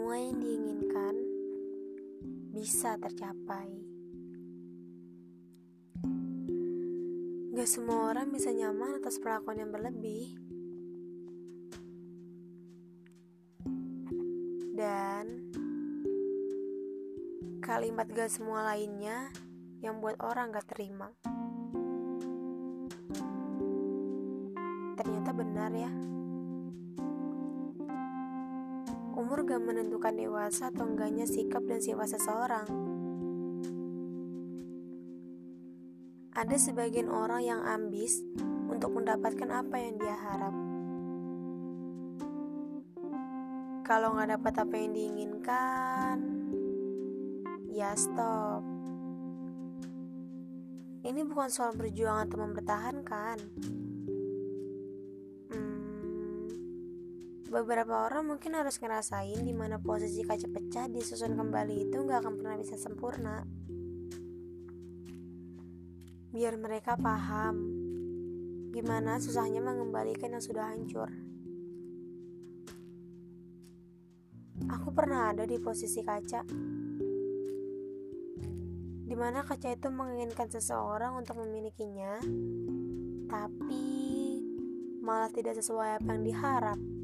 semua yang diinginkan bisa tercapai. Gak semua orang bisa nyaman atas perlakuan yang berlebih. Dan kalimat gak semua lainnya yang buat orang gak terima. Ternyata benar ya. Umur gak menentukan dewasa atau enggaknya sikap dan sifat seseorang. Ada sebagian orang yang ambis untuk mendapatkan apa yang dia harap. Kalau gak dapat apa yang diinginkan, ya stop. Ini bukan soal berjuang atau mempertahankan. Beberapa orang mungkin harus ngerasain dimana posisi kaca pecah disusun kembali itu gak akan pernah bisa sempurna. Biar mereka paham gimana susahnya mengembalikan yang sudah hancur. Aku pernah ada di posisi kaca, dimana kaca itu menginginkan seseorang untuk memilikinya, tapi malah tidak sesuai apa yang diharap.